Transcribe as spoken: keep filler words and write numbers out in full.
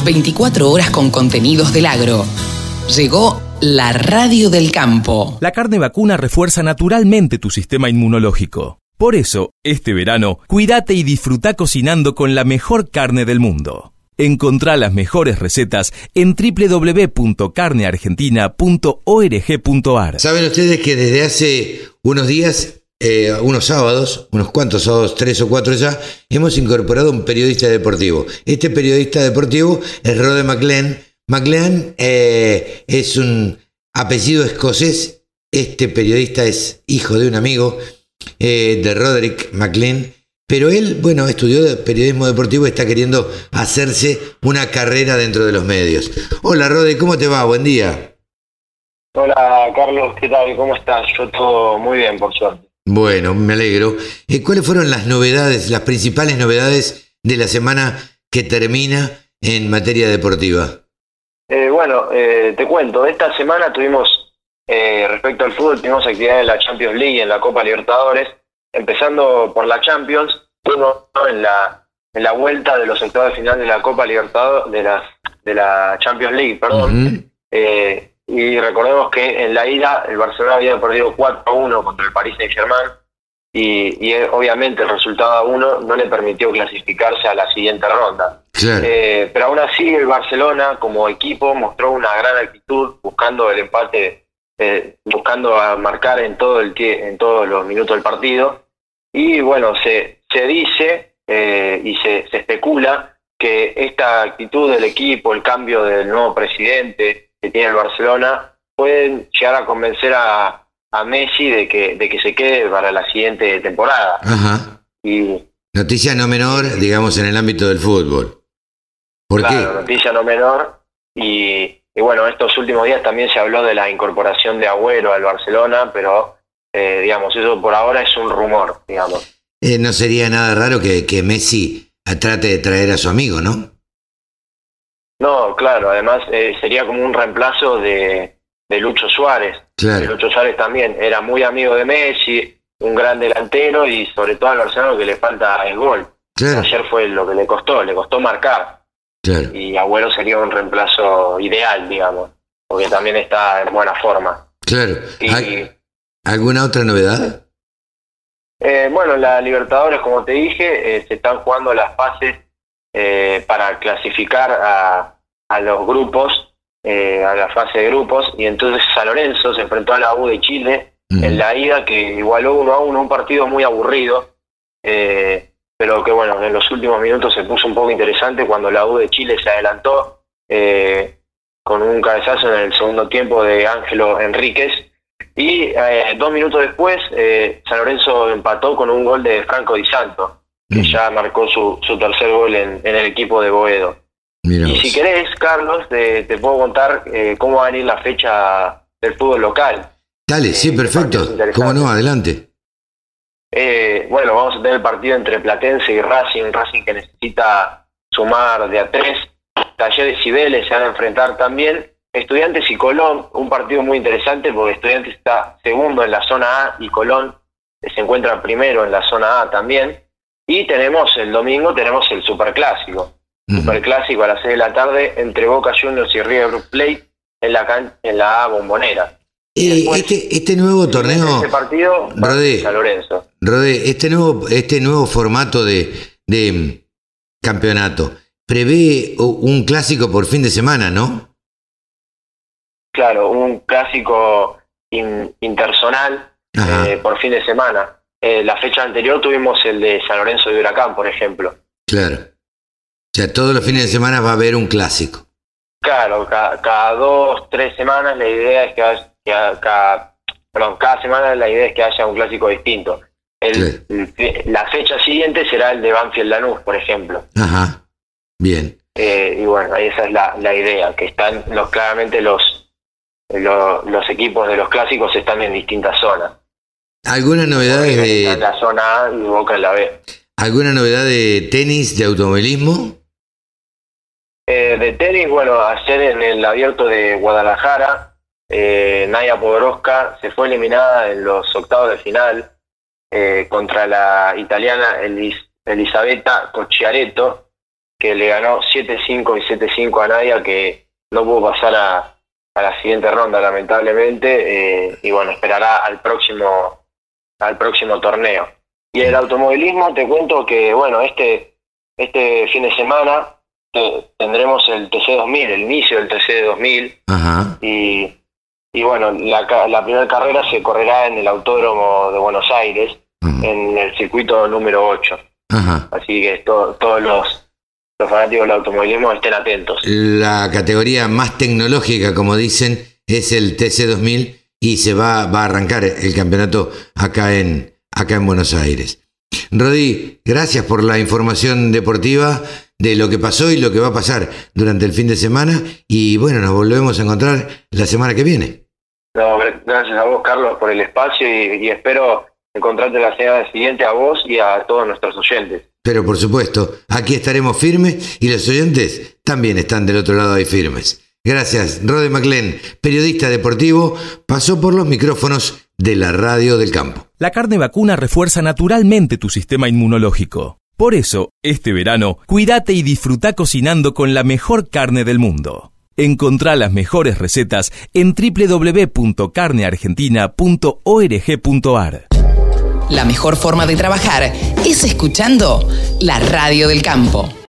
veinticuatro horas con contenidos del agro. Llegó la radio del campo. La carne vacuna refuerza naturalmente tu sistema inmunológico. Por eso, este verano, cuídate y disfruta cocinando con la mejor carne del mundo. Encontrá las mejores recetas en doble u doble u doble u punto carne argentina punto org punto a r. Saben ustedes que desde hace unos días, eh, unos sábados, unos cuantos sábados, tres o cuatro ya, hemos incorporado un periodista deportivo. Este periodista deportivo es Rode McLean. McLean eh, es un apellido escocés. Este periodista es hijo de un amigo eh, de Roderick McLean. Pero él, bueno, estudió periodismo deportivo y está queriendo hacerse una carrera dentro de los medios. Hola, Rode, ¿cómo te va? Buen día. Hola, Carlos, ¿qué tal? ¿Cómo estás? Yo todo muy bien, por suerte. Bueno, me alegro. Eh, ¿Cuáles fueron las novedades, las principales novedades de la semana que termina en materia deportiva? Eh, bueno, eh, te cuento, esta semana tuvimos, eh, respecto al fútbol, tuvimos actividad en la Champions League y en la Copa Libertadores. Empezando por la Champions, uno en la en la vuelta de los octavos de final de la Copa Libertadores, de la, de la Champions League, perdón. Uh-huh. eh, y recordemos que en la ida el Barcelona había perdido cuatro a uno contra el Paris Saint-Germain y, y obviamente el resultado a uno no le permitió clasificarse a la siguiente ronda. Claro. Eh, pero aún así el Barcelona como equipo mostró una gran actitud buscando el empate, eh, buscando a marcar en todo el en todos los minutos del partido. Y bueno, se, se dice eh, y se, se especula que esta actitud del equipo, el cambio del nuevo presidente que tiene el Barcelona, pueden llegar a convencer a, a Messi de que, de que se quede para la siguiente temporada. Ajá. Y, noticia no menor, digamos, en el ámbito del fútbol. ¿Por claro, qué? Noticia no menor. Y, y bueno, estos últimos días también se habló de la incorporación de Agüero al Barcelona, pero... Eh, digamos, eso por ahora es un rumor, digamos. Eh, no sería nada raro que, que Messi trate de traer a su amigo, ¿no? No, claro, además eh, sería como un reemplazo de, de Lucho Suárez. Claro. Lucho Suárez también era muy amigo de Messi, un gran delantero y sobre todo al Barcelona lo que le falta es gol. Claro. Ayer fue lo que le costó, le costó marcar. Claro. Y Agüero sería un reemplazo ideal, digamos, porque también está en buena forma. Claro. Y, Ay. ¿Alguna otra novedad? Eh, bueno, la Libertadores, como te dije, eh, se están jugando las fases eh, para clasificar a, a los grupos, eh, a la fase de grupos, y entonces San Lorenzo se enfrentó a la U de Chile uh-huh. en la ida, que igualó uno a uno, un partido muy aburrido, eh, pero que bueno, en los últimos minutos se puso un poco interesante cuando la U de Chile se adelantó eh, con un cabezazo en el segundo tiempo de Ángelo Enríquez. Y eh, dos minutos después, eh, San Lorenzo empató con un gol de Franco Di Santo, que mm. ya marcó su, su tercer gol en, en el equipo de Boedo. Mirá y vos. Si querés, Carlos, te, te puedo contar eh, cómo va a venir la fecha del fútbol local. Dale, eh, sí, perfecto. ¿Cómo no? Adelante. Eh, bueno, vamos a tener el partido entre Platense y Racing. Racing que necesita sumar de a tres. Talleres y Vélez se van a enfrentar también. Estudiantes y Colón, un partido muy interesante porque Estudiantes está segundo en la zona A y Colón se encuentra primero en la zona A también. Y tenemos el domingo, tenemos el Superclásico. Uh-huh. Superclásico a las seis de la tarde entre Boca Juniors y River Plate en la, can- en la A Bombonera. Eh, después, este, este nuevo torneo, este partido Rodé, San Lorenzo. Rodé, este nuevo, este nuevo formato de, de campeonato prevé un clásico por fin de semana, ¿no? Claro, un clásico in, interzonal eh, por fin de semana. Eh, la fecha anterior tuvimos el de San Lorenzo de Huracán, por ejemplo. Claro. O sea, todos los fines de semana va a haber un clásico. Claro, cada, cada dos, tres semanas la idea es que, haya, que cada, perdón, cada semana la idea es que haya un clásico distinto. El, el, la fecha siguiente será el de Banfield Lanús, por ejemplo. Ajá, bien. Eh, y bueno, esa es la, la idea, que están los claramente los Los, los equipos de los clásicos están en distintas zonas. ¿Alguna novedad de en la zona A y Boca en la B? ¿Alguna novedad de tenis, de automovilismo? Eh, de tenis, bueno, ayer en el abierto de Guadalajara, eh, Naya Podoroska se fue eliminada en los octavos de final eh, contra la italiana Elis, Elisabetta Cocciaretto, que le ganó siete cinco y siete cinco a Nadia, que no pudo pasar a, a la siguiente ronda, lamentablemente, eh, y bueno, esperará al próximo, al próximo torneo. Y el automovilismo, te cuento que, bueno, este, este fin de semana te, tendremos el T C dos mil, el inicio del T C dos mil. Ajá. Y, y bueno, la, la primera carrera se correrá en el Autódromo de Buenos Aires, uh-huh. en el circuito número ocho. Ajá. Así que to, todos los, los fanáticos del automovilismo estén atentos. La categoría más tecnológica, como dicen, es el T C dos mil y se va, va a arrancar el campeonato acá en... acá en Buenos Aires. Rodi, gracias por la información deportiva de lo que pasó y lo que va a pasar durante el fin de semana, y bueno, nos volvemos a encontrar la semana que viene. No, gracias a vos, Carlos, por el espacio, y, y espero encontrarte la semana siguiente a vos y a todos nuestros oyentes. Pero por supuesto, aquí estaremos firmes y los oyentes también están del otro lado ahí firmes. Gracias, Rode McLean, periodista deportivo, pasó por los micrófonos de la Radio del Campo. La carne vacuna refuerza naturalmente tu sistema inmunológico. Por eso, este verano, cuídate y disfruta cocinando con la mejor carne del mundo. Encontrá las mejores recetas en doble u doble u doble u punto carne argentina punto org punto ar. La mejor forma de trabajar es escuchando la Radio del Campo.